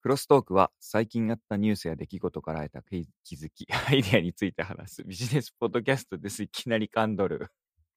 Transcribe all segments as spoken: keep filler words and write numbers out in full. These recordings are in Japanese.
クロストークは最近あったニュースや出来事から得た気づき、アイデアについて話すビジネスポッドキャストです。いきなり噛んどる。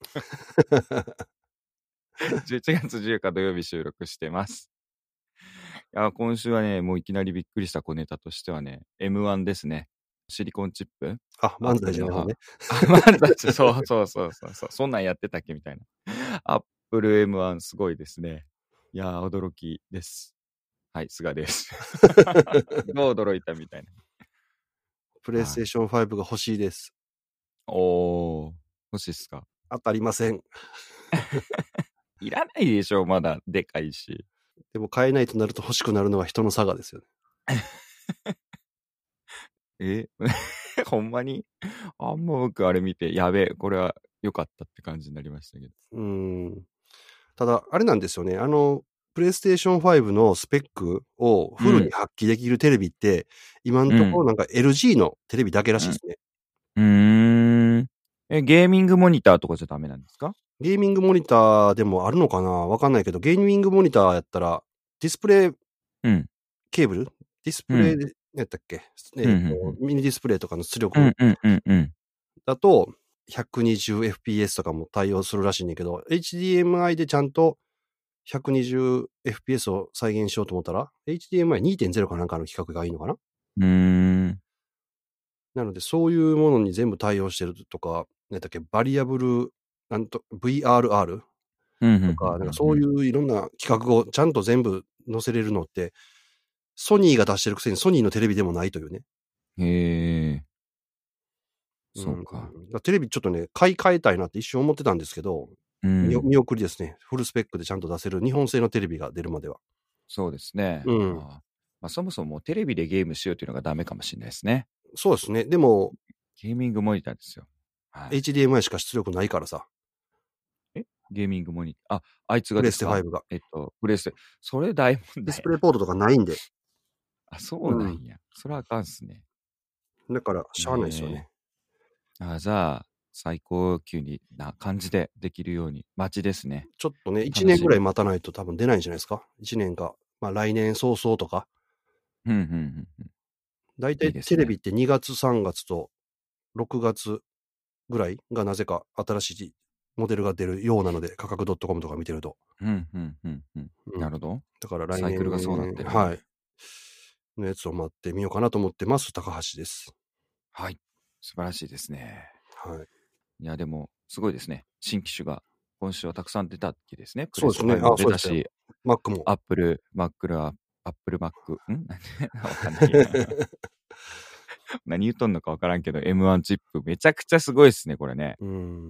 じゅういちがつじゅうよっか土曜日収録してます。いや今週はね、もういきなりびっくりした小ネタとしてはね、エムワン ですね。シリコンチップあ、漫才じゃない方ね。 あ、漫才そうそうそうそうそう。そんなんやってたっけみたいな。アップル エムワン すごいですね。いやー、驚きです。はい、菅です。どう驚いたみたいな。 プレイステーションファイブが欲しいです。 おー、欲しいっすか？ 当たりません。 いらないでしょ、まだでかいし。 でも買えないとなると欲しくなるのは人の差がですよね。 えほんまにあんま僕あれ見て、やべえ、これは良かったって感じになりましたけど。 うーん。ただ、あれなんですよね。あの、プレイステーションファイブのスペックをフルに発揮できるテレビって、うん、今のところなんか エルジー のテレビだけらしいですね。 うん。うーん。え、ゲーミングモニターとかじゃダメなんですか？ ゲーミングモニターでもあるのかなわかんないけど、ゲーミングモニターやったら、ディスプレイ、 うん、 ケーブルディスプレイで、やったっけ、うん、えっ、ー、と、うんうんうん、ミニディスプレイとかの出力だと ひゃくにじゅうエフピーエス とかも対応するらしいんだけど、エイチディーエムアイ でちゃんと ひゃくにじゅうエフピーエス を再現しようと思ったら、エイチディーエムアイにてんゼロ かなんかの規格がいいのかな。 うーん。 なので、そういうものに全部対応してるとか、なんだっけ、バリアブル、なんと、ブイアールアール とか、なんかそういういろんな規格をちゃんと全部載せれるのって、ソニーが出してるくせにソニーのテレビでもないというね。 へえ。そうか。 うん、テレビちょっとね、買い替えたいなって一瞬思ってたんですけど、うん、見送りですね。フルスペックでちゃんと出せる日本製のテレビが出るまでは。 そうですね。 うん。 あまあ、そもそもテレビでゲームしようというのがダメかもしれないですね。 そうですね。でも、 ゲーミングモニターですよ。 はい、エイチディーエムアイ しか出力ないからさ。 えゲーミングモニター。あ、あいつがですか？ プレステファイブが。 えっと、プレステ。それ大問題。 ディスプレイポートとかないんで。 あ、そうなんや。うん、それはあかんっすね。 だから、しゃあないですよね。 あ、じゃあ、最高級にな感じでできるように、待ちですね。 ちょっとね、いちねんぐらい待たないと多分出ないんじゃないですか。いちねんか。まあ来年早々とか。 うんうんうんうん。 だいたいテレビってにがつさんがつとろくがつぐらいがなぜか新しいモデルが出るようなので、価格 .com とか見てると。 うんうんうんうん。うん、なるほど。 だから来年、 サイクルがそうなってる、ね。 はい。のやつを待ってみようかなと思ってます。高橋です。 はい。素晴らしいですね。 はい。 いや、でも、すごいですね。新機種が今週はたくさん出たっけですね。 そうですね。 あ、出たし、 Mac も。 アップル、Mac は、アップル Mac。んわかんないや。何言っとんのかわからんけど、エムワン チップめちゃくちゃすごいですね、これね。 うん。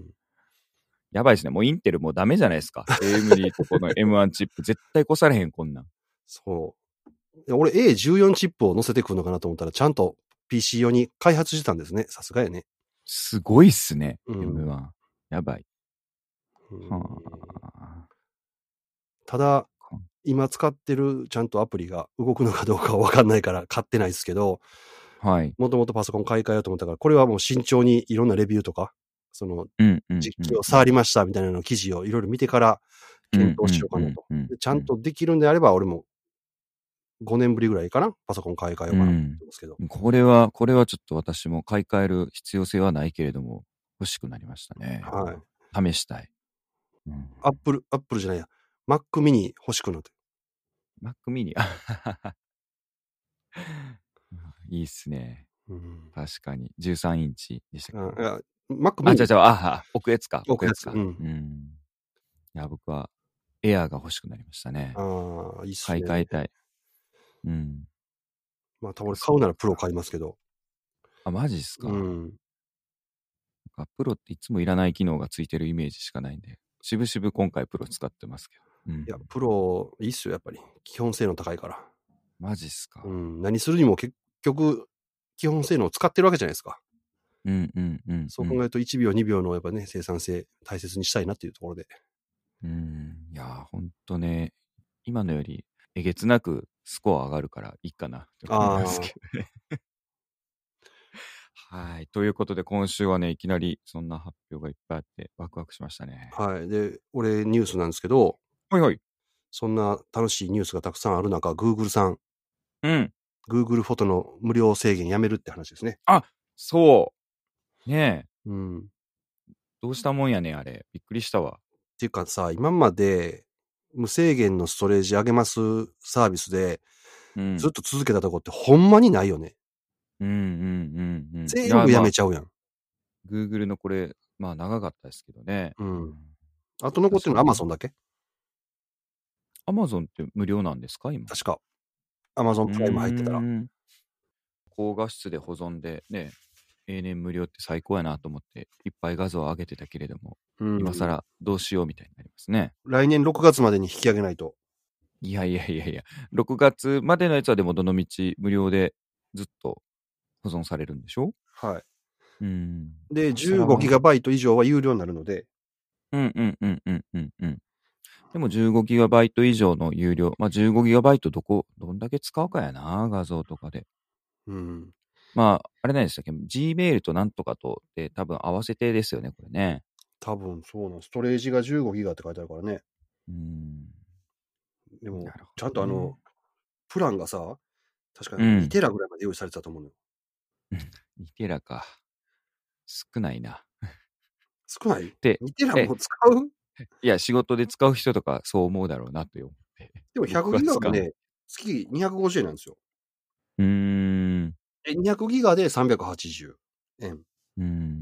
やばいですね。もうインテルもうダメじゃないですか。エーエムディー とこの エムワン チップ絶対越されへん、こんなん。 そう。俺 エーじゅうよん チップを載せてくるのかなと思ったら、ちゃんと ピーシー 用に開発してたんですね。さすがやね。 すごいっすね、 うん、 エムワン。やばい。 はあ、ただ、今使ってるちゃんとアプリが動くのかどうかはわかんないから買ってないですけど、 はい。 もともとパソコン買い替えようと思ったから、これはもう慎重にいろんなレビューとか、その、実機を触りましたみたいなの記事をいろいろ見てから検討しようかなと。ちゃんとできるんであれば、俺もごねんぶりぐらいかな、パソコン買い替えようかなと思ってますけど、 うん。これは、これはちょっと私も買い替える必要性はないけれども、欲しくなりましたね。 はい。 試したい。 うん、アップル、アップルじゃないや。Mac mini 欲しくなって。 Mac mini? いいっすね。うん、確かに。じゅうさんインチでしたっけ？ あ、Mac mini。 あ、じゃじゃあ、奥越か。 奥越か。うん。うん。いや、僕は、エアーが欲しくなりましたね。 ああ、いいっすね。 買い替えたい。うん。 まあ、多分俺買うならプロ買いますけど。 あ、マジっすか。 うん。 プロっていつもいらない機能がついてるイメージしかないんで、しぶしぶ今回プロ使ってますけど。うん、 いや、プロ、いいっすよ、やっぱり。基本性能高いから。 マジっすか。 うん。何するにも結局、基本性能を使ってるわけじゃないですか。 うんうんうん、うん。 そう考えるといちびょう、にびょうのやっぱね、生産性大切にしたいなっていうところで。 うん。いや、ほんとね、今のよりえげつなくスコア上がるからいいかなって思いますけどね。はい。ということで、今週はね、いきなりそんな発表がいっぱいあって、ワクワクしましたね。 はい。で、俺、ニュースなんですけど、 はいはい。 そんな楽しいニュースがたくさんある中、Google さん。 うん。 Google フォトの無料制限やめるって話ですね。 あ、そう。ねえ。 うん。 どうしたもんやねん、あれ。びっくりしたわ。 っていうかさ、今まで無制限のストレージ上げますサービスで、 うん。 ずっと続けたとこってほんまにないよね。 うんうんうんうん。い全や、 部やまあ、 めちゃうやん。 Google のこれ、まあ長かったですけどね。 う。 うんん。 あと残ってるの確かにね。 Amazon だけ Amazon って無料なんですか、今。 確か。Amazon うプライム入ってたら。 ーん。高画質で保存でね、永年無料って最高やなと思って、いっぱい画像を上げてたけれども、 うん。 今更どうしようみたいになりますね。 来年ろくがつまでに引き上げないと。 いやいやいやいや、ろくがつまでのやつはでもどのみち無料でずっと保存されるんでしょ？ はうん。 い。で、 今更は 15GB 以上は有料になるので、 うんうんうんうんうんうん。でも じゅうごギガバイト 以上の有料、まあ じゅうごギガバイト どこ、どんだけ使うかやな、画像とかで。 うん。 まあ、あれ何でしたっけ？ Gmail となんとかとで多分合わせてですよね、これね。 多分そうなん。ストレージが じゅうごギガ って書いてあるからね。 うん。 でも、 なるほちゃんとどね。 あの、プランがさ、確かににうん。 テラぐらいまで用意されてたと思うのよ。 にテラか。少ないな。 少ないで、 ?に テラえ、 も使ういや、仕事で使う人とかそう思うだろうなと思って。 でも僕 100ギガが使う。 もね、月にひゃくごじゅうえんなんですよ。 うーん。 で、にひゃくギガでさんびゃくはちじゅうえん。 うん。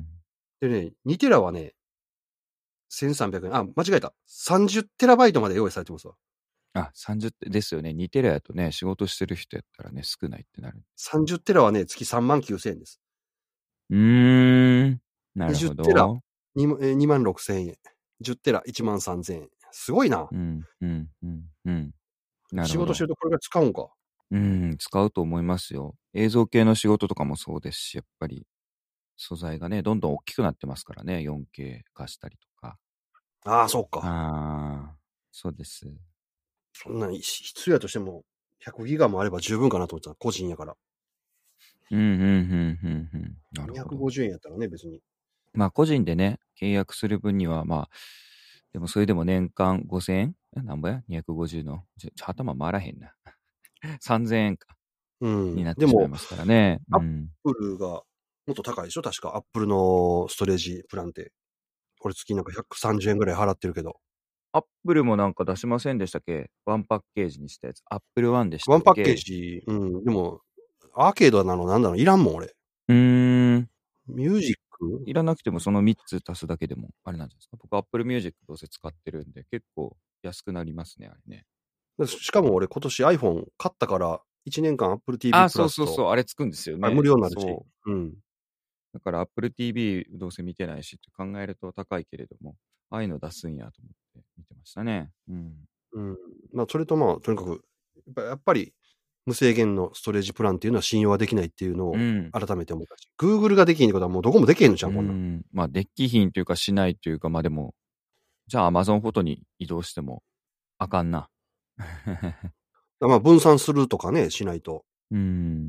でね、にテラはね、せんさんびゃくえん。あ、間違えた。さんじゅうテラバイトまで用意されてますわ。 あ、さんじゅうですよね。にテラやとね、仕事してる人やったらね、少ないってなる。 さんじゅうテラはね、月さんまんきゅうせんえんです。 うーん。なる 20 ほテラど。 にまんろくせんえん。じゅうテラいちまんさんぜんえん。すごいな。 うん、うん、うん、うん。なる仕ほど。 事してるとこれが使うんか。 うん、使うと思いますよ。映像系の仕事とかもそうですし、やっぱり素材がね、どんどん大きくなってますからね、よんケー 化したりとか。 ああ、そうか。 ああ、そうです。 そんなん必要やとしても、ひゃくギガもあれば十分かなと思ってた。個人やから。 うん、うん、うん、うん、うん。なるほど。 にひゃくごじゅうえんやったらね、別に。 まあ、個人でね、契約する分には、まあ、でもそれでも年間ごせんえんえなんぼや ?にひゃくごじゅう の。ちょ、ちょ頭回らへんな。さんぜんえんか。 うん。 になっでも、 てしまいますからね。うアッん。 プルがもっと高いでしょ確か。アップルのストレージプランって。これ月なんかひゃくさんじゅうえんぐらい払ってるけど。 アップルもなんか出しませんでしたっけ？ワンパッケージにしたやつ。アップルワンでしたっワンパッケーけ？ ジ、うん。でも、アーケードなのなんだろういらんもん、俺。 うーん。 ミュージックいらなくてもそのみっつ足すだけでも、あれなんじゃないですか。僕、Apple Music どうせ使ってるんで、結構安くなりますね、あれね。 しかも俺今年 iPhone 買ったから、いちねんかん Apple ティーブイあ、 プラスと、 そうそうそう、あれつくんですよあれね。 無料になるし。 そう。 うん。 だから Apple ティーブイ どうせ見てないしって考えると高いけれども、ああいうの出すんやと思って見てましたね。うん。 うん。まあ、それとまあ、とにかく、やっぱやっぱり、無制限のストレージプランっていうのは信用はできないっていうのをうん。 改めて思ったし、Google ができんってことはもうどこもできへんのじゃ、 うんこんなん。 ん。まあ、できひんというかしないというか、まあでも、じゃあ Amazon フォトに移動してもあかんな。 まあ、分散するとかね、しないと。 うん。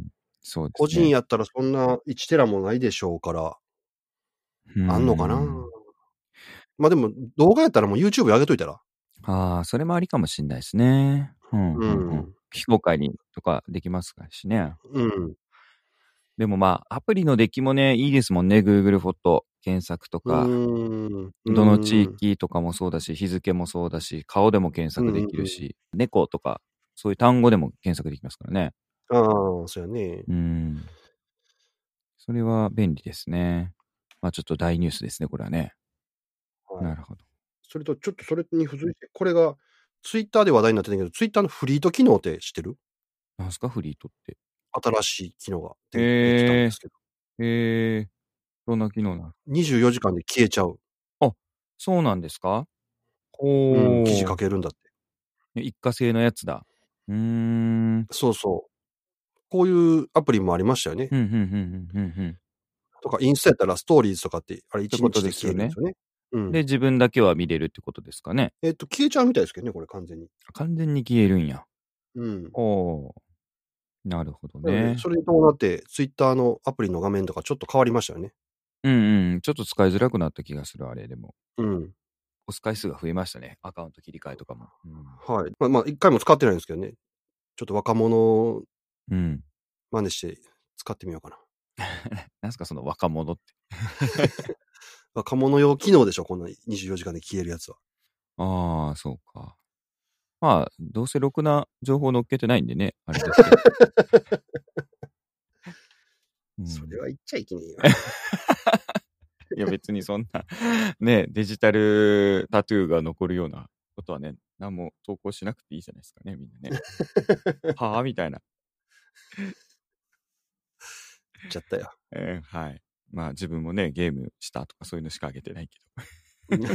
そうで個すね。 人やったらそんないちテラもないでしょうから、 うあんのかな。 ん。 まあでも、動画やったらもう YouTube 上げといたら。 ああ、それもありかもしんないですね。うん、 ううん、うん。 ん。 非公開にとかできますからしね。 うん。 でもまあ、アプリの出来もね、いいですもんね。Google フォト検索とうか、 ーん。 どの地うーん。 域とかもそうだし、日付もそうだし、顔でも検索でうんうんうん。 きるし、猫とか、そういう単語でも検索できますからね。 ああ、そうやね。 うん。それは便利ですね。まあちょっと大ニュースですね、これはね。 はい。 なるほど。 それとちょっとそれに付随して、これが Twitter で話題になってたけど、Twitter のフリート機能って知ってる？ なんすか、フリートって。 新しい機能がでできたんでへすけど。 え、へえ、どんな機能なん？ にじゅうよじかんで消えちゃう。 あ、そうなんですか？ うん、記事ほう。 書けるんだって。 一過性のやつだ。うーん。 そうそう。こういうアプリもありましたよね。 ふんふんふんふんふんふん。 とか、インスタやったらストーリーズとかって、あれ1 ってこと日でですよね。 消えるんですよね。うで、 ん。 自分だけは見れるってことですかね。 えっと、消えちゃうみたいですけどね、これ完全に。 完全に消えるんや。 うん。 おお、なるほどなので、 ね。 それに伴って、Twitter のアプリの画面とかちょっと変わりましたよね。 うんうん。ちょっと使いづらくなった気がする、あれでも。 うん。 押す回数が増えましたね。アカウント切り替えとかも。うん。 はい。まあまあ、いっかいも使ってないんですけどね。ちょっと若者うん。 真似して使ってみようかな。 なんすかその若者って。 若者用機能でしょ、こんなにじゅうよじかんで消えるやつは。 ああ、そうか。まあ、どうせろくな情報載っけてないんでね、あれですけど。うん、 それは言っちゃいけねえよ。 いや別にそんな、ね、デジタルタトゥーが残るようなことはね、何も投稿しなくていいじゃないですかね、みんなね。はあみたいな。 言っちゃったよ。 えー、はい。まあ自分もね、ゲームしたとかそういうのしかあげてないけど。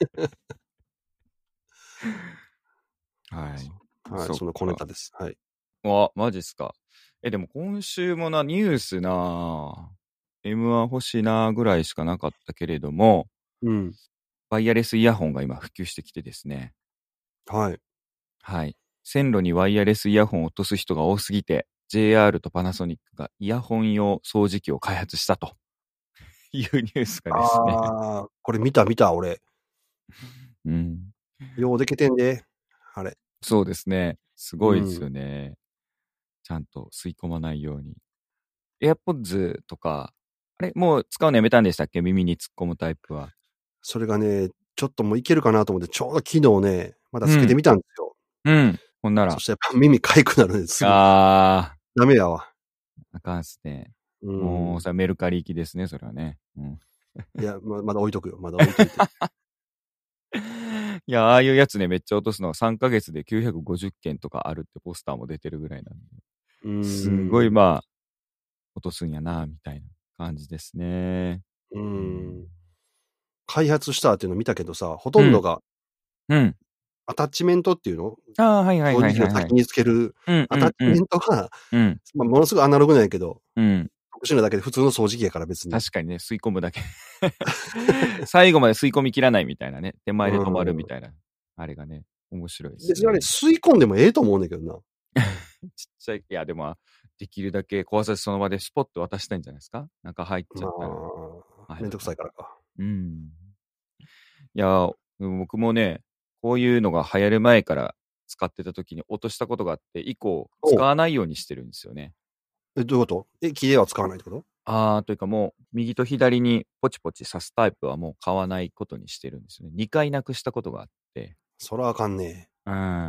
はい。 はい、 そっその小ネか。 タです。はい。 わ、マジっすか。え、でも今週もな、ニュースな、エムワン 欲しいなぐらいしかなかったけれども、 うん。 ワイヤレスイヤホンが今普及してきてですね。 はい。 はい。線路にワイヤレスイヤホンを落とす人が多すぎて、ジェイアール とパナソニックがイヤホン用掃除機を開発したというニュースがですね。 ああ、これ見た見た、俺。 うん。 ようできてんで、あれ。 そうですね。すごいですうん。 よね。ちゃんと吸い込まないように。AirPods とか、あれもう使うのやめたんでしたっけ？耳に突っ込むタイプは。 それがね、ちょっともういけるかなと思って、ちょうど昨日ね、まだつけてうん。 みたんですよ。 うん。ほんなら。 そしたらやっぱ耳かゆくなるんですぐ。 あダメやわ。 ー、あかんっすね。 うもう、 ん。 それメルカリ行きですね、それはね。うん。 いや、ままだ置いとくよ。まだ置いといて。 いや、ああいうやつね、めっちゃ落とすのはさんかげつできゅうひゃくごじゅっけんとかあるってポスターも出てるぐらいなんで。 うーすごい、 ん。 まあ、落とすんやな、みたいな感じですね。 うーうん。 ん。開発したっていうの見たけどさ、ほうん。 とんどがうん。 アタッチメントっていうの？ ああ、はいはい掃はいはいはい。 除機の先につけるうんアタッチメうんうん。 ントが、 うん。 ま、ものすごいアナログなんやけど、 うん。 特殊なだけで普通の掃除機やから別に。 確かにね、吸い込むだけ。最後まで吸い込み切らないみたいなね、手前で止まるみうたいな、あれがね、面白いでん。別にあれすね。 吸い込んでもええと思うねんけどな。 ちっちゃい、いや、でも、できるだけ壊さずその場でスポッと渡したいんじゃないですか？中入っちゃまったら。 あ、めんどくあれだから。 さいからか。 うん。いや、僕もね、こういうのが流行る前から使ってた時に落としたことがあって、以降おう。 使わないようにしてるんですよね。 え、どういうこと？え、キレは使わないってこと？ ああ、というかもう、右と左にポチポチ刺すタイプはもう買わないことにしてるんですよね。にかいなくしたことがあって。 そらあかんねうん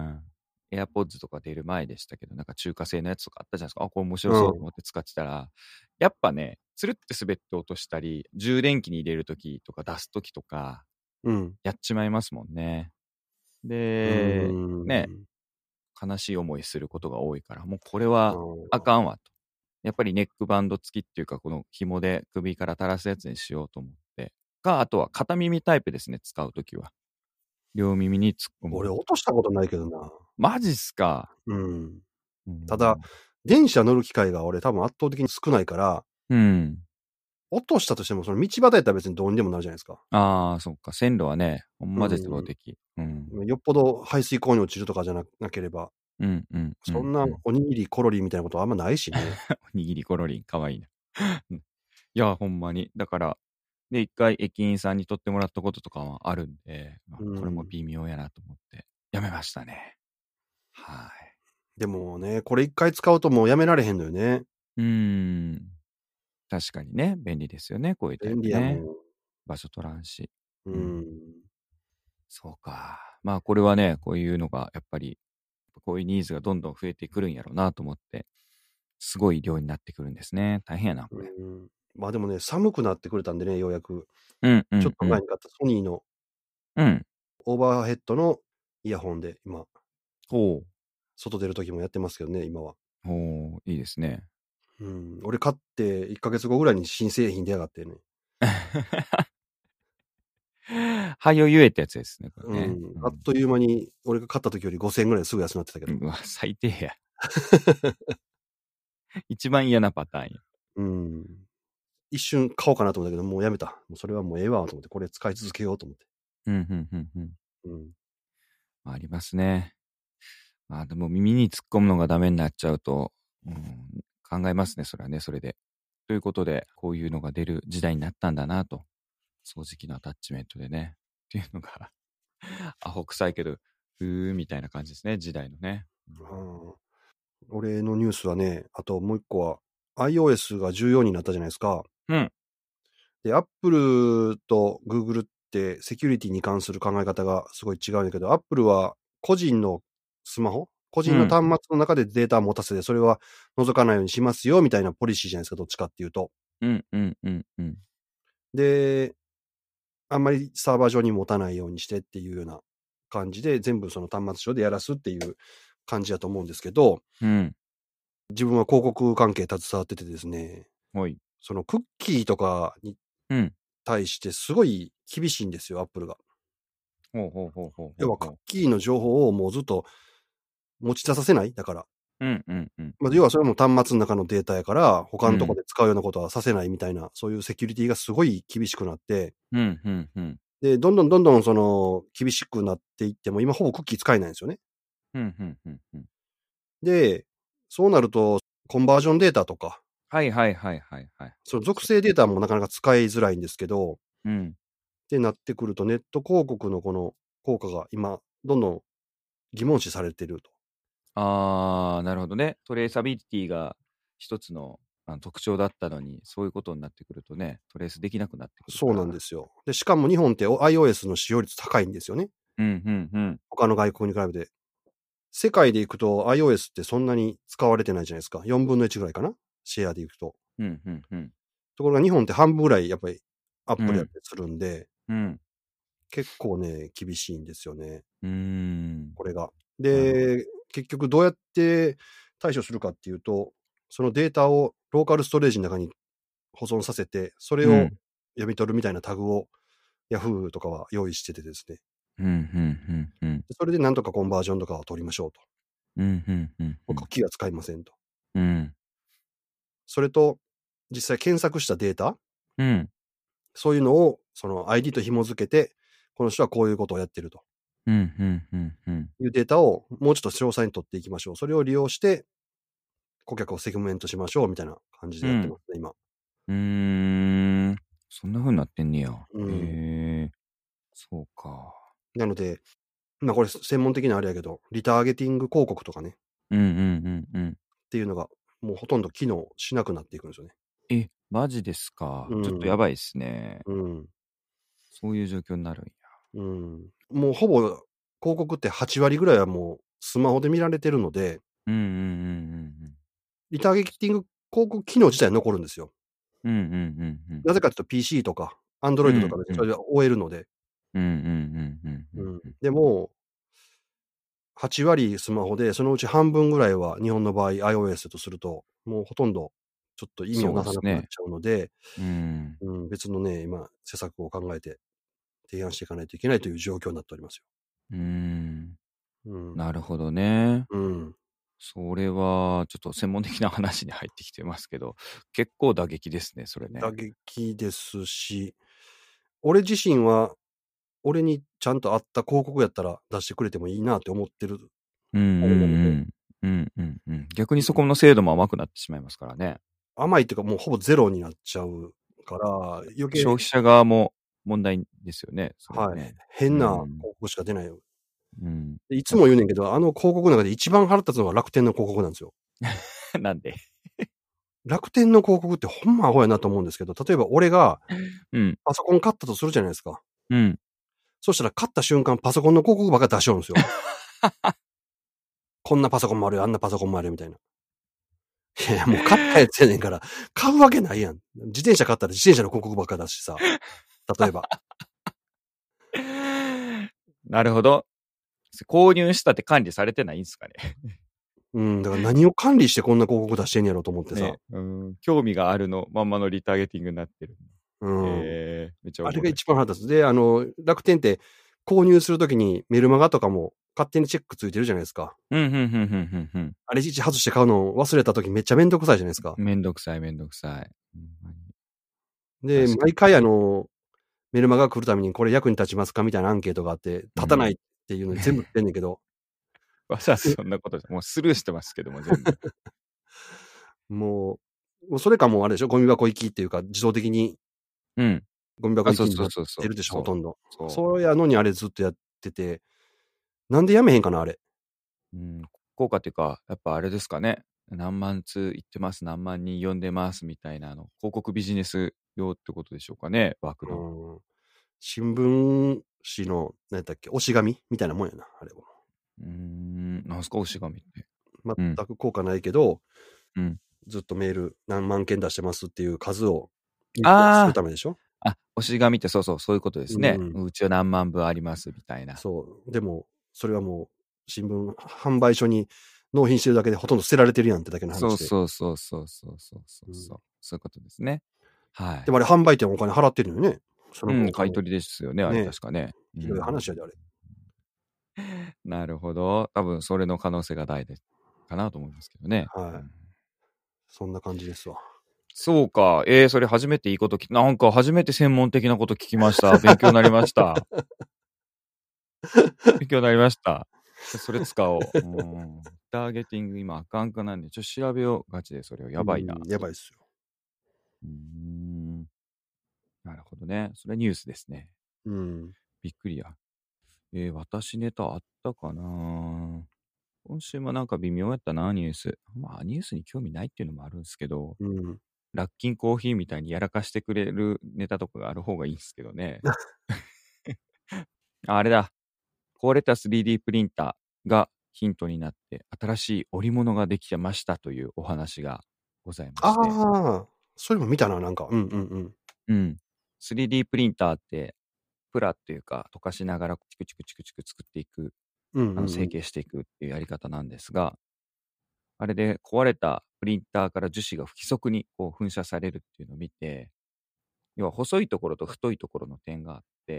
。AirPods とか出る前でしたけど、なんか中華製のやつとかあったじゃないですか。あ、これ面白そうとうん。 思って使ってたら、やっぱね、つるって滑って落としたり、充電器に入れるときとか出すときとか、 うん。 やっちまいますもんね。 うで、ね、 ーん。 悲しい思いすることが多いから、もうこれあはあかあ。 んわと。やっぱりネックバンド付きっていうか、この紐で首から垂らすやつにしようと思って。か、あとは片耳タイプですね、使うときは。両耳に突っ込む。 俺落としたことないけどな。 マジっすか。 うん。 うん。 ただ、電車乗る機会が俺多分圧倒的に少ないから、 うん。 落としたとしても、その道端やったら別にどうにでもなるじゃないですか。 ああ、そっか。線路はね、ほんま絶望うん。 的。うん。 よっぽど排水溝に落ちるとかじゃななければ、 うんうんうそんなんうん。 おにぎりコロリみたいなことはあんまないしね。 おにぎりコロリン、かわいいな。うん、いや、ほんまに。だから、で、一回駅員さんに取ってもらったこととかはあるんで、まあうこれもん。 微妙やなと思って、やめましたね。はい。 でもね、これ一回使うともうやめられへんのよね。 うーん。確かにね、便利ですよね、こういうタイ便利やもプね。 ん。 場所取らんし。 ううん。 ん。 そうか。まあ、これはね、こういうのが、やっぱり、こういうニーズがどんどん増えてくるんやろうなと思って、すごい量になってくるんですね。大変やな、これ。 うん。まあでもね、寒くなってくれたんでね、ようやく。 うんうちょっんうん。 と前に買ったソニーのうん。 オーバーヘッドのイヤホンで今、 ほう。 外出る時もやってますけどね、今は。 ほう、いいですね。 うん。俺買っていっかげつごぐらいに新製品出やがってね。 はよ言えってやつですね、こうれね。 ん。 うん、 あっという間に、俺が買った時よりごせんえんぐらいすぐ安くなってたけど。 うわ、最低や。一番嫌なパターンや。 うん。一瞬買おうかなと思ったけど、もうやめた。もうそれはもうええわと思って、これ使い続けようと思って。 うん、うん、うん、うん。 うん。 ありますね。まあでも耳に突っ込むのがダメになっちゃうと、うん、考えますね、それはね、それで。ということで、こういうのが出る時代になったんだなと。掃除機のアタッチメントでね。っていうのが、アホ臭いけど、うーみたいな感じですね、時代のね。 うん、 俺のニュースはね、あともう一個は、iOS がじゅうよんになったじゃないですか。 うん。 で、Apple と Google ってセキュリティに関する考え方がすごい違うんだけど、Apple は個人のスマホ個人の端末の中でデータを持たせて、それは覗かないようにしますよ、みたいなポリシーじゃないですか、どっちかっていうと。 うんうんうんうん。 で、あんまりサーバー上に持たないようにしてっていうような感じで、全部その端末上でやらすっていう感じだと思うんですけど、 うん。 自分は広告関係携わっててですね、 はい。 そのクッキーとかにうん。 対してすごい厳しいんですよ、Apple が。 ほうほうほうほうほう。 要はクッキーの情報をもうずっと持ち出させないだから。 うんうんうん。 まあ、要はそれも端末の中のデータやから、他のとこうんろで使うようなことはさせないみたいな、そういうセキュリティがすごい厳しくなって、 うんうんうん。 で、どんどんどんどんその厳しくなっていっても、今ほぼクッキー使えないんですよね。 うんうんうんうん。 で、そうなると、コンバージョンデータとか、 はいはいはいはいはい。 その属性データもなかなか使いづらいんですけど、 うん。 ってなってくると、ネット広告のこの効果が今、どんどん疑問視されてると。 ああ、なるほどね。トレーサビリティが一つのあの特徴だったのに、そういうことになってくるとね、トレースできなくなってくるそうから。 なんですよ。で、しかも日本って iOS の使用率高いんですよね。 うんうんうん。 他の外国に比べて。世界でいくと iOS ってそんなに使われてないじゃないですか。よんぶんのいちぐらいかなシェアでいくと。 うんうんうん。 ところが日本って半分ぐらいやっぱりアップルやっうん。 たりするんで、 うん。 結構ね、厳しいんですよね。 うーん。 これが。 なるほど。 で、結局どうやって対処するかっていうと、そのデータをローカルストレージの中に保存させて、それをうん。 読み取るみたいなタグを Yahoo とかは用意しててですね。 うんうんうんうん。 それでなんとかコンバージョンとかを取りましょうと。 うんうんうんもうん。 うクッキーは使いませんと。 うん。 それと、実際検索したデータ、 うん。 そういうのをその アイディー と紐付けて、この人はこういうことをやってるとうんうんうんうん。 いうデータをもうちょっと詳細に取っていきましょう。それを利用して顧客をセグメントしましょうみたいな感じでやってますね、今。 うーん。そんな風になってんねや。 うん。 へえ。そうか。 なので、まあこれ専門的なあれやけど、リターゲティング広告とかね、っうんうんうんうん。 ていうのがもうほとんど機能しなくなっていくんですよね。 え、マジですか。 うん。 ちょっとやばいっすね。 うん。 そういう状況になるんや。 うん。もうほぼ広告ってはちわりぐらいはもうスマホで見られてるので、 うんうんうんうんリターゲティング広告機能自体残るんですよ。 うん。うんうんうんうん。 なぜかというと ピーシー とかう Android とんうん。 かでそれで追えるので。 うんうんうんうんううんん。 うん。 でも、はちわりスマホで、そのうち半分ぐらいは日本の場合 iOS とすると、もうほとんどちょっと意味をそうなですね。 さなくなっちゃうので、 うん。 うん、別のね、今、施策を考えて提案していかないといけないという状況になっておりますうーん。 よ。うん。 なるほどね。 うん。 それはちょっと専門的な話に入ってきてますけど、結構打撃ですね、それ打ね。 撃ですし、俺自身は、俺にちゃんと合った広告やったら出してくれてもいいなって思ってるうんうん方なので、 うん。うんうんうん。逆にそこの精度も甘くなってしまいますからね。 甘いっていうかもうほぼゼロになっちゃうから、余計、 消費者側も問題ですよね、それははい、 ね。 変なうん。 広告しか出ないよ。 うん。 でいつも言うねんけど、あの広告の中で一番腹立つのが楽天の広告なんですよ。 なんで楽天の広告ってほんまアホやなと思うんですけど、例えば俺がうん。 パソコン買ったとするじゃないですか。 うん。 そしたら買った瞬間パソコンの広告ばっかり出しよるんですよ。こんなパソコンもあるよ、あんなパソコンもあるよ、みたいな。いや、もう買ったやつやねんから、買うわけないやん。自転車買ったら自転車の広告ばっかり出すしさ。例えば。 なるほど。購入したって管理されてないんすかね。 うん、だから何を管理してこんな広告出してんやろと思ってさ。 ね、うん、興味があるのまんまのリターゲティングになってる。 うん。 えー、めっちゃおもろい。 あれが一番腹立つ。で、あの、楽天って購入するときにメルマガとかも勝手にチェックついてるじゃないですか。 うん、うん、うん、うん、うん。 あれいちいち外して買うの忘れたときめっちゃめんどくさいじゃないですか。 めんどくさい、めんどくさい。 で、毎回あの、メルマガ来るためにこれ役に立ちますかみたいなアンケートがあって、立たないっていうのに全部来てんねんけど。 わざわざそんなことじゃ、もうスルーしてますけども、全部。 もう、もうそれかもうあれでしょ、ゴミ箱行きっていうか、自動的に、 うん。 ゴミ箱行きになっそうそうそうてるでしょ、ほとんど。 そう。 そうやのにあれずっとやってて、なんでやめへんかな、あれ。 うん。効果っていうか、やっぱあれですかね。 何万通行ってます、何万人呼んでますみたいな、あの、広告ビジネス用ってことでしょうかね、枠の。 うん。新聞紙の、何やったっけ、押し紙みたいなもんやな、あれは。 うーん、なんすか、押し紙って。う全ん。 く効果ないけど、 うん。 ずっとメール何万件出してますっていう数をするあためでしょ。 あ、あ、押し紙ってそうそう、そういうことですね。 うん。 うちは何万部ありますみたいな。 そう。でも、それはもう、新聞販売所に納品してるだけでほとんど捨てられてるやんってだけのそう話で。 そうそうそうそうそうそううん。 そう。そういうことですね。はい。 でもあれ販売店お金払ってるのよね。その分うん、 お金。 買い取りですよね、あれね。 確かね。うひどいん。 話やで、あれ。 なるほど。多分それの可能性が大でかなと思いますけどね。 はい。 うん、 そんな感じですわ。 そうか。えー、それ初めていいこと聞なんか初めて専門的なこと聞きました。勉強になりました。勉強になりました。それ使おう。うん。ターゲティング今あかんかなんで、ちょっと調べよう。ガチでそれを。やばいな。 うん、やばいっすよ。 うーん。なるほどね。それニュースですね。 うん。 びっくりや。えー、私ネタあったかな。今週もなんか微妙やったな、ニュース。まあ、ニュースに興味ないっていうのもあるんですけど、 うん。 ラッキンコーヒーみたいにやらかしてくれるネタとかがある方がいいんですけどね。ああれだ。壊れた スリーディー プリンターがヒントになって新しい織物ができてましたというお話がございまして。 ああ、それも見たな、なんか。うんうんうん。 うん。スリーディー プリンターってプラっていうか溶かしながらチクチクチクチク作っていく、あのうんうんうん。 成形していくっていうやり方なんですが、あれで壊れたプリンターから樹脂が不規則にこう噴射されるっていうのを見て、要は細いところと太いところの点があって、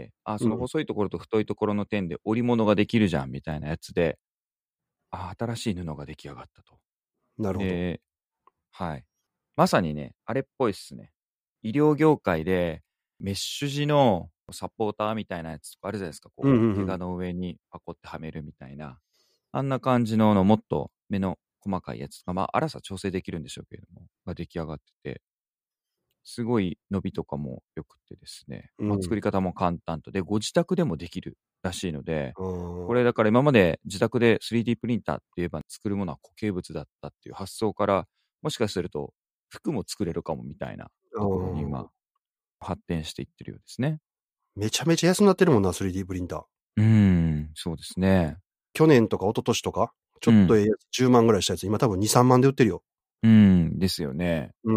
あ、そのうん。 細いところと太いところの点で織物ができるじゃんみたいなやつで、あ、新しい布が出来上がったと。 なるほど。 で、はい。まさにね、あれっぽいっすね。医療業界でメッシュ地のサポーターみたいなやつとかあるじゃないですか。こう、 うんうんうん。 怪我の上にパコってはめるみたいな。あんな感じののもっと目の細かいやつとか、まあ、粗さ調整できるんでしょうけれども、が出来上がってて、すごい伸びとかも良くてですね、まあ、作うん。 り方も簡単と。で、ご自宅でもできるらしいので、 ああ。 これだから今まで自宅で スリーディー プリンターって言えば作るものは固形物だったっていう発想から、もしかすると服も作れるかもみたいなあところにあ。 今発展していってるようですね。 めちゃめちゃ安くなってるもんな、スリーディー プリンター。 うーん、そうですね。 去年とか一昨年とか、ちょうん。 っとええやつじゅうまんぐらいしたやつ、今多分に、さんまんで売ってるよ。 うん、ですよね。 うん。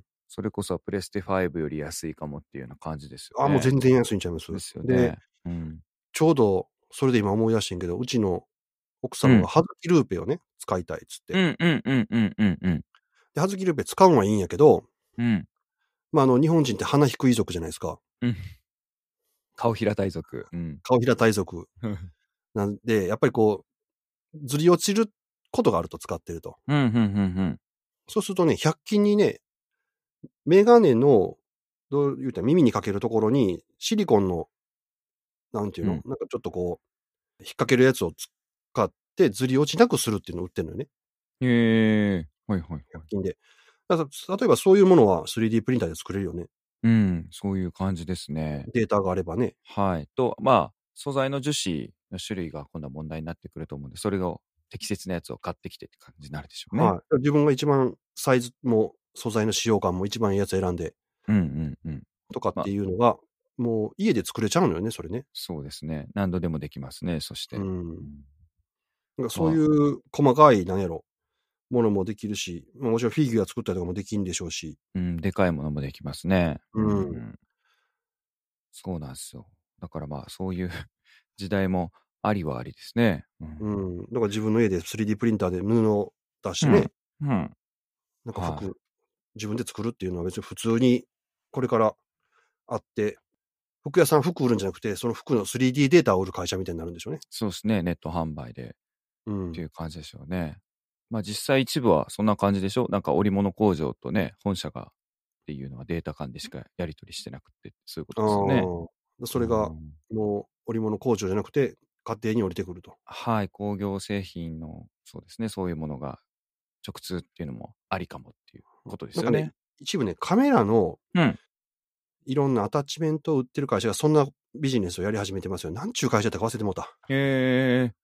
それこそプレステファイブより安いかもっていうような感じですよああ、もうね。 全然安いんちゃいます。 ですよで、 ね。うん。 ちょうどそれで今思い出してんけど、うちの奥うん。 様が葉月ルーペをね、使いたいっつって。 うんうんうんうんうんうん。 で、葉月ルーペ使うのはいいんやけど、 うん。 まあ、あの、日本人って鼻低い族じゃないですか。 うん。顔平たい族。うん。 顔平たい族。なんで、やっぱりこう、ずり落ちることがあると使ってると。 うん、ふんふんふん。 そうするとね、ひゃく均にね、メガネの、どう言うたら耳にかけるところに、シリコンの、なんていうの、 うん。 なんかちょっとこう、引っ掛けるやつを使ってずり落ちなくするっていうのを売ってるのよね。 へえ。はいはいはい。 ひゃく均で。だから例えばそういうものは スリーディー プリンターで作れるよね。 うん、そういう感じですね。 データがあればね。 はい。と、まあ、素材の樹脂の種類が今度は問題になってくると思うんで、それを適切なやつを買ってきてって感じになるでしょうね。 はい。自分が一番サイズも素材の使用感も一番いいやつ選んで、 うんうんうん。 とかってまあ、 いうのが、もう家で作れちゃうのよね、それね。 そうですね。何度でもできますね、そして。 うん。 うん、 なんかそういまあ、 う細かい、なんやろ、ものもできるし、まあもちろんフィギュア作ったりとかもできるんでしょうし。 うん、でかいものもできますね。ううん。 ん。そうなんですよ。だからまあ、そういう時代もありはありですね。ううん。 ん。だから自分の家で スリーディー プリンターで布を出してうん。 ね、 うん。 なんかはい。 服、自分で作るっていうのは別に普通にこれからあって、服屋さん服売るんじゃなくて、その服の スリーディー データを売る会社みたいになるんでしょうね。 そうですね。ネット販売でうん。 っていう感じでしょうね。まあ実際一部はそんな感じでしょ。なんか織物工場とね、本社がっていうのはデータ間でしかやり取りしてなくて、そういうことですよね。 ああ。そうれが、 ん。 もう織物工場じゃなくて、家庭に降りてくると。 はい。工業製品の、そうですね。そういうものが直通っていうのもありかもっていうことでなんかね、 すよね。 一部ね、カメラのうん。 いろんなアタッチメントを売ってる会社がそんなビジネスをやり始めてますよ。なんちゅう会社だったか忘れてもうた。 へえ。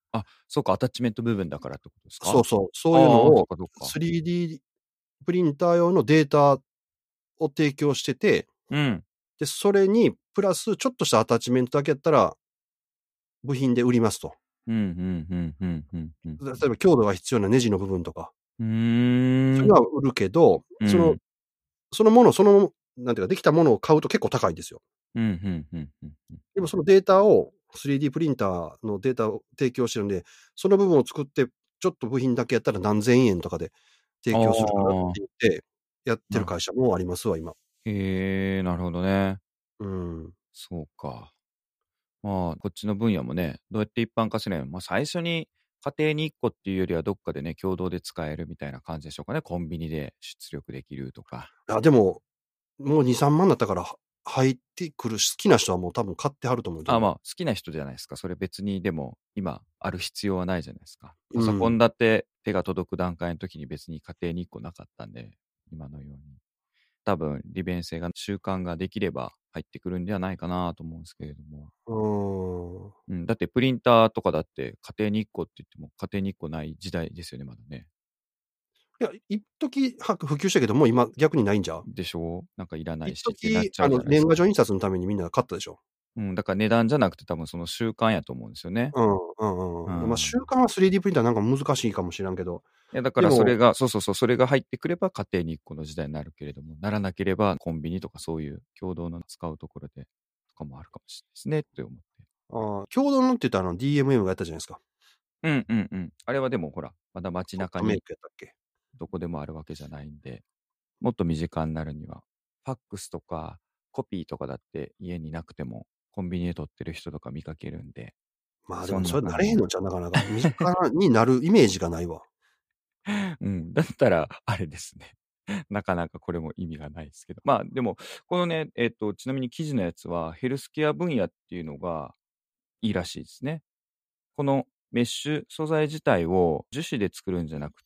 あ、そうか、アタッチメント部分だからってことですか？ そうそう、そういうのああ、そっをかそっか。 スリーディー プリンター用のデータを提供してて、 うん。 で、それにプラスちょっとしたアタッチメントだけやったら部品で売りますと。 うん、ふんふんふんふんふん例ふん。 えば強度が必要なネジの部分とか。 ふーん。 そういうのは売るけど、そのうん。 そのものその、なんていうか、できたものを買うと結構高いんですよ。 うん、ふんふんふんふん。 でもそのデータを スリーディー プリンターのデータを提供してるんで、その部分を作って、ちょっと部品だけやったら何千円とかで提あ供するからってあ。 言って、やってるなる会社もありますわ、今。 へえ、なるほどね。 うん。 そうか。まあ、こっちの分野もね、どうやって一般化するのま、最初に家庭にいっこっていうよりはどっかでね、共同で使えるみたいな感じでしょうかね。コンビニで出力できるとか。 あ、でも、もうに、さんまんだったから、は入ってくるし、好きな人はもう多分買ってはると思う、どあ、 んどん。 まあ、好きな人じゃないですか。それ別にでも、今ある必要はないじゃないですか。パソコンうん。 だって手が届く段階の時に別に家庭にいっこなかったんで、今のように。多分利便性が習慣ができれば入ってくるんではないかなと思うんすけれども。 うーん。 うん、だってプリンターとかだって家庭にいっこって言っても家庭にいっこない時代ですよね、まだね。 いや、一時は普及したけど、もう今逆にないんちゃう？ でしょう？なんかいらない一しってなっ時、 ちゃあの、 うじゃないすか。 年賀状印刷のためにみんな買ったでしょ。 うん、だから値段じゃなくて多分その習慣やと思うんですよね。 うん、うんうんうん。で、ま、 うん。 習慣は スリーディー プリンターなんか難しいかもしらんけど、 いや、だからそでもれがそうそうそう、それが入ってくれば家庭にいっこの時代になるけれども、ならなければコンビニとかそういう共同の使うところでとかもあるかもしすねって思って。 ああ、共同のって言ったらあの ディーエムエム がやったじゃないすか。 うんうんうん。あれはでもほら、まだ街ソフトメイ中にクやったっけ？ どこでもあるわけじゃないんで、もっと身近になるには、ファックスとかコピーとかだって家になくてもコンビニで取ってる人とか見かけるんで、 まあ、でそんもそれなな感じのれへんのちゃう？なかなか。身近になるイメージがないわ。 うん、だったらあれですね。なかなかこれも意味がないすけど。まあ、でも、このね、えっと、ちなみに記事のやつは、ヘルスケア分野っていうのがいいらしいすね。このメッシュ素材自体を樹脂で作るんじゃなくって、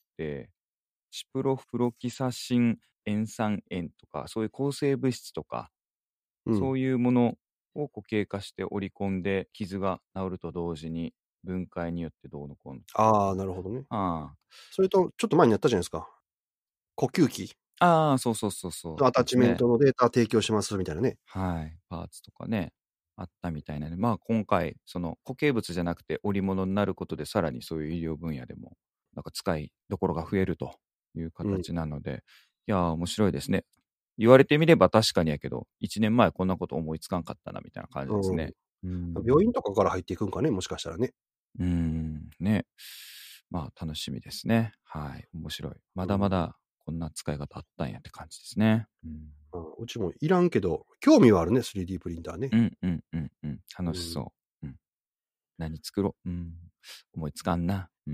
シプロフロキサシン塩酸塩とか、そういう抗生物質とか、 うん。 そういうものを固形化して織り込んで、傷が治ると同時に分解によってどうのこうのっていう。 ああ、なるほどね。 ああ。 それとちょっと前にやったじゃないすか。呼吸器。 ああ、そうそうそうそう。 アタッチメンですね。 トのデータ提供しますみたいなね。 はい、パーツとかね、あったみたいなんで、まあ、今回その固形物じゃなくて織物になることで、さらにそういう医療分野でも、なんか使いどころが増えるといううん。 形なので、いや、面白いですね。言われてみれば確かにやけど、いちねんまえこんなこと思いつかんかったなみたいな感じですうん。 ね。うーん。 病院とかから入っていくんかね、もしかしたらね。 うーん、ね。まあ、楽しみですね。はい、面白い。まうん。 だまだこんな使い方あったんやって感じですね。うん。 ああ、うちもいらんけど、興味はあるね、スリーディー プリンターね。 うんうんうんうん。楽しうん。 そう。うん。何作ろう、うん、思いつかんな。うん。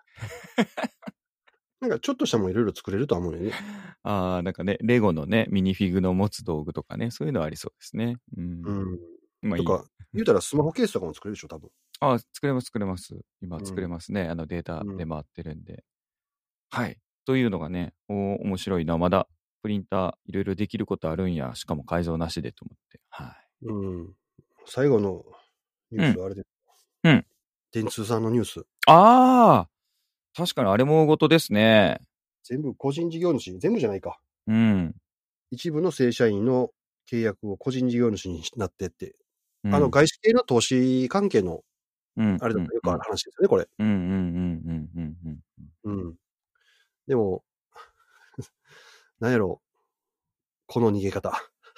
なんかちょっとしたもん色々作れるとは思うよね。 ああ、なんかね、レゴのね、ミニフィグの持つ道具とかね、そういうのはありそうですね。うん。 うん。 ま、いいや。 とか、言うたらスマホケースとかも作れるでしょ、多分。 ああ、作れます作れます。今作れうん。 ますね。あのデータうん。 で回ってるんで。はい。というのがね、おお、面白いな、まだプリンター色々できることあるんや、しかも改造なしでと思って、はい。 うん。最後のニュうん。 ースはあれでうん。 電通さんのニュース。 ああ、確かにあれも大事ですね。 全部個人事業主全部じゃないか。 うん。 一部の正社員の契約を個人事業主にしなってって。あの、 うん。 外資系の投資関係の、 うんあれだとよくあるうんうん。 話ですよね、これ。 うんうんうんうんうんうんうん。 うん。でも、なんやろう。この逃げ方。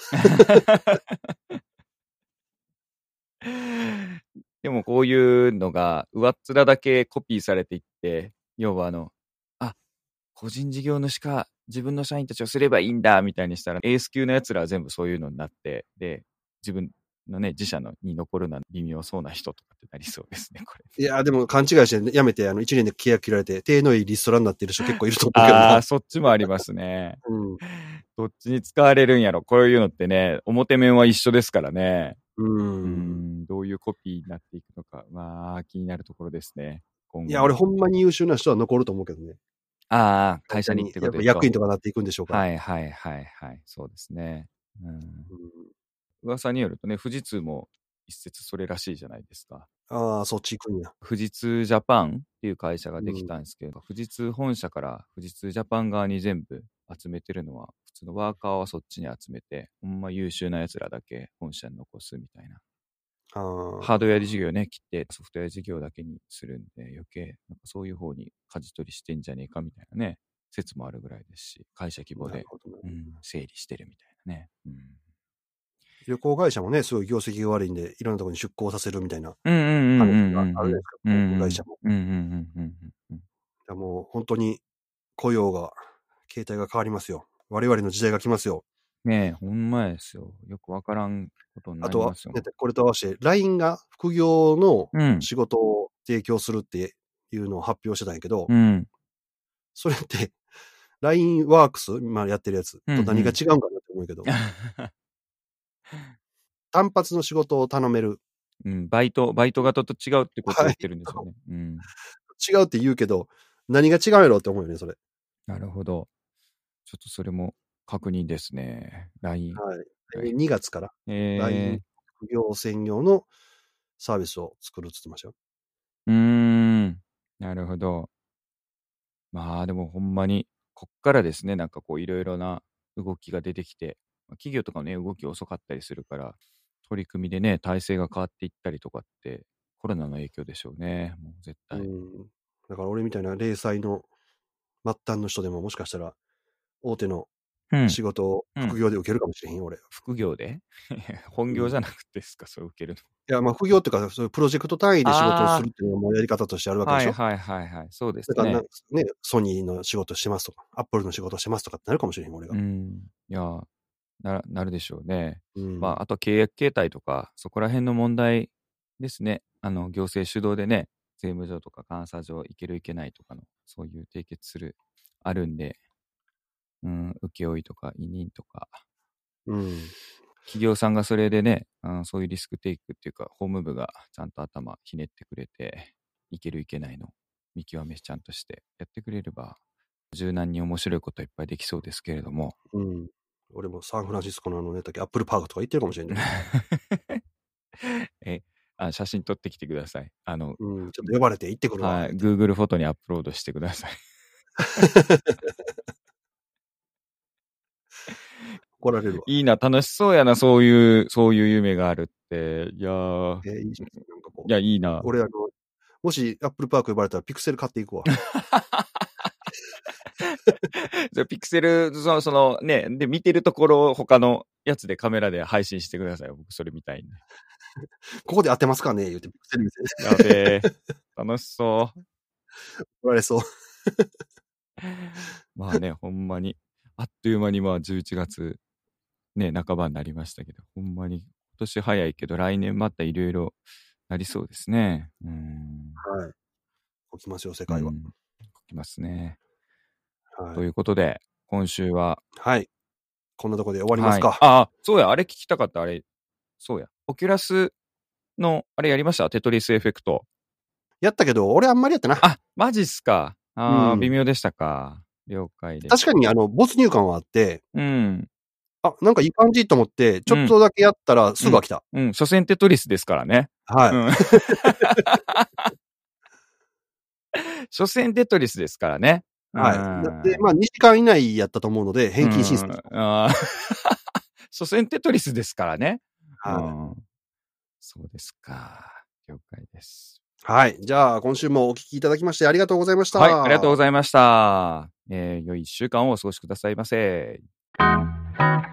でもこういうのが上っ面だけコピーされていって、要はあの、あ、個人事業主か、自分の社員たちをすればいいんだみたいにしたら、エース級の奴らは全部そういうのになって、で、自分のね、自社のに残るのは微妙そうな人とかってなりそうですね、これ。 いや、でも勘違いして、辞めて、あの、いちねんで契約切られて、体のいいリストラになってる人結構いると思うけどな。 ああ、そっちもありますね。 うん。 どっちに使われるんやろ。こういうのってね、表面は一緒ですからね。 ううーん。 ん、どういうコピーになっていくのか、まあ、気になるところですね。今いや、俺後の。 ほんまに優秀な人は残ると思うけどね。 ああ、 会社に、 会社にってこやっぱとでしょ。 役員とかなっていくんでしょうから。 はいはいはいはい、そうですね。うん。 うん。 噂によるとね、富士通も一説それらしいじゃないですか。 ああ、そっち行くんや。 富士通ジャパンっていう会社ができたんですけど、うん、富士通本社から富士通ジャパン側に全部集めてるのは、普通のワーカーはそっちに集めて、ほんま優秀な奴らだけ本社に残すみたいな。 あハードウェア事業ね、切ってソフトウェア事業だけにするんで、余計、なんかそういう方に舵取りしてんじゃねえかみたいなね、説もあるぐらいですし、会社規模で、うん、整理してるみたいなね。うん、 旅行会社もね、すごい業績が悪いんで、いろんなところに出向させるみたいな話があるじゃないですか、航空会社も。もう本当に雇用が、形態が変わりますよ。我々の時代が来ますよ。 ねえ、ほんまですよ。よくわからんことになりますよ。 あとは、これと合わせて、ライン が副業の仕事を提供するっていうのを発表してたんやけど、 うん、 それって、ライン ワークス、今やってるやつと何が違うんかなって思うけど、単発の仕事を頼める。 うん、バイト、バイト型と違うってことを言ってるんですよね。うん、 違うって言うけど、何が違うんやろって思うよね、それ。 なるほど。ちょっとそれも確認ですね。ライン。 はい。にがつから、 えー、 ライン 副業専用のサービスを作るって言ってましたよ。 うーん。なるほど。まあでもほんまに、こっからですね、なんかこういろいろな動きが出てきて、企業とかね、動き遅かったりするから、取り組みでね、体制が変わっていったりとかって、コロナの影響でしょうね、もう絶対。 うん。だから俺みたいな零細の末端の人でももしかしたら、大手の仕事を副業で受けるかもしれへん、うん、俺。 副業で本業じゃなくてですか、うん、そう受けるの。 いや、まあ副業っていうか、そういうプロジェクト単位で仕事をするっていうのもやり方としてあるわけでしょ。 はいはいはいはい。そうですね。 だからね、ソニーの仕事してますとか、アップルの仕事してますとかってなるかもしれへん、俺が。 うん。いや、な、なるでしょうね。 うん、 まあ、あと契約形態とか、そこら辺の問題ですね。あの、行政主導でね、税務上とか監査上、いけるいけないとかの、そういう締結する、あるんで、うん、請負とか委任とか、 うん、 企業さんがそれでね、うん、そういうリスクテイクっていうか、法務部がちゃんと頭ひねってくれて、いけるいけないの見極めちゃんとしてやってくれれば、柔軟に面白いことはいっぱいできそうですけれども。 うん。俺もサンフランシスコのあのね、アップルパークとか行ってるかもしれない。 えあ、写真撮ってきてください。あの、 うん、ちょっと呼ばれて行ってくるわ。 はい、Google フォトにアップロードしてください。 怒られるわ。 いいな、楽しそうやな、そういう、そういう夢があるって。いやー。 えー、いいじゃん。なんかこう。 いや、いいな。 俺、あの、もしアップルパーク呼ばれたらピクセル買っていくわ。 じゃピクセル、その、そのね、で、見てるところを他のやつでカメラで配信してください。僕、それ見たいんで。 ここで当てますかね言うて、ピクセル見せやべえ。楽しそう。 怒られそう。 まあね、ほんまに。あっという間にまあじゅういちがつ、ね、半ばになりましたけど、ほんまに今年早いけど、来年またいろいろなりそうですね。うん。 はい。起きますよ、世界は。うん、 起きますね。 はい。 ということで、今週は。 はい。こんなとこで終わりますか。はい、 ああ、そうや、あれ聞きたかった、あれ。そうや。オキュラスの、あれやりました？テトリスエフェクト。 やったけど、俺あんまりやったな。 あ、マジっすか。ああ、うん、微妙でしたか。了解です。 確かに、あの、没入感はあって、 うん。 あ、なんかいい感じと思って、ちょっとだけやったらすぐ飽きた。 うん、うん、所詮テトリスですからね。 はい。うん、 所詮テトリスですからね。 はい。で、まあ、にじかん以内やったと思うので、返金申請。 ああ。所詮テトリスですからね。 はい、うん。 そうですか。了解です。 はい。じゃあ、今週もお聞きいただきましてありがとうございました。 はい、ありがとうございました。えー、良い一週間をお過ごしくださいませ。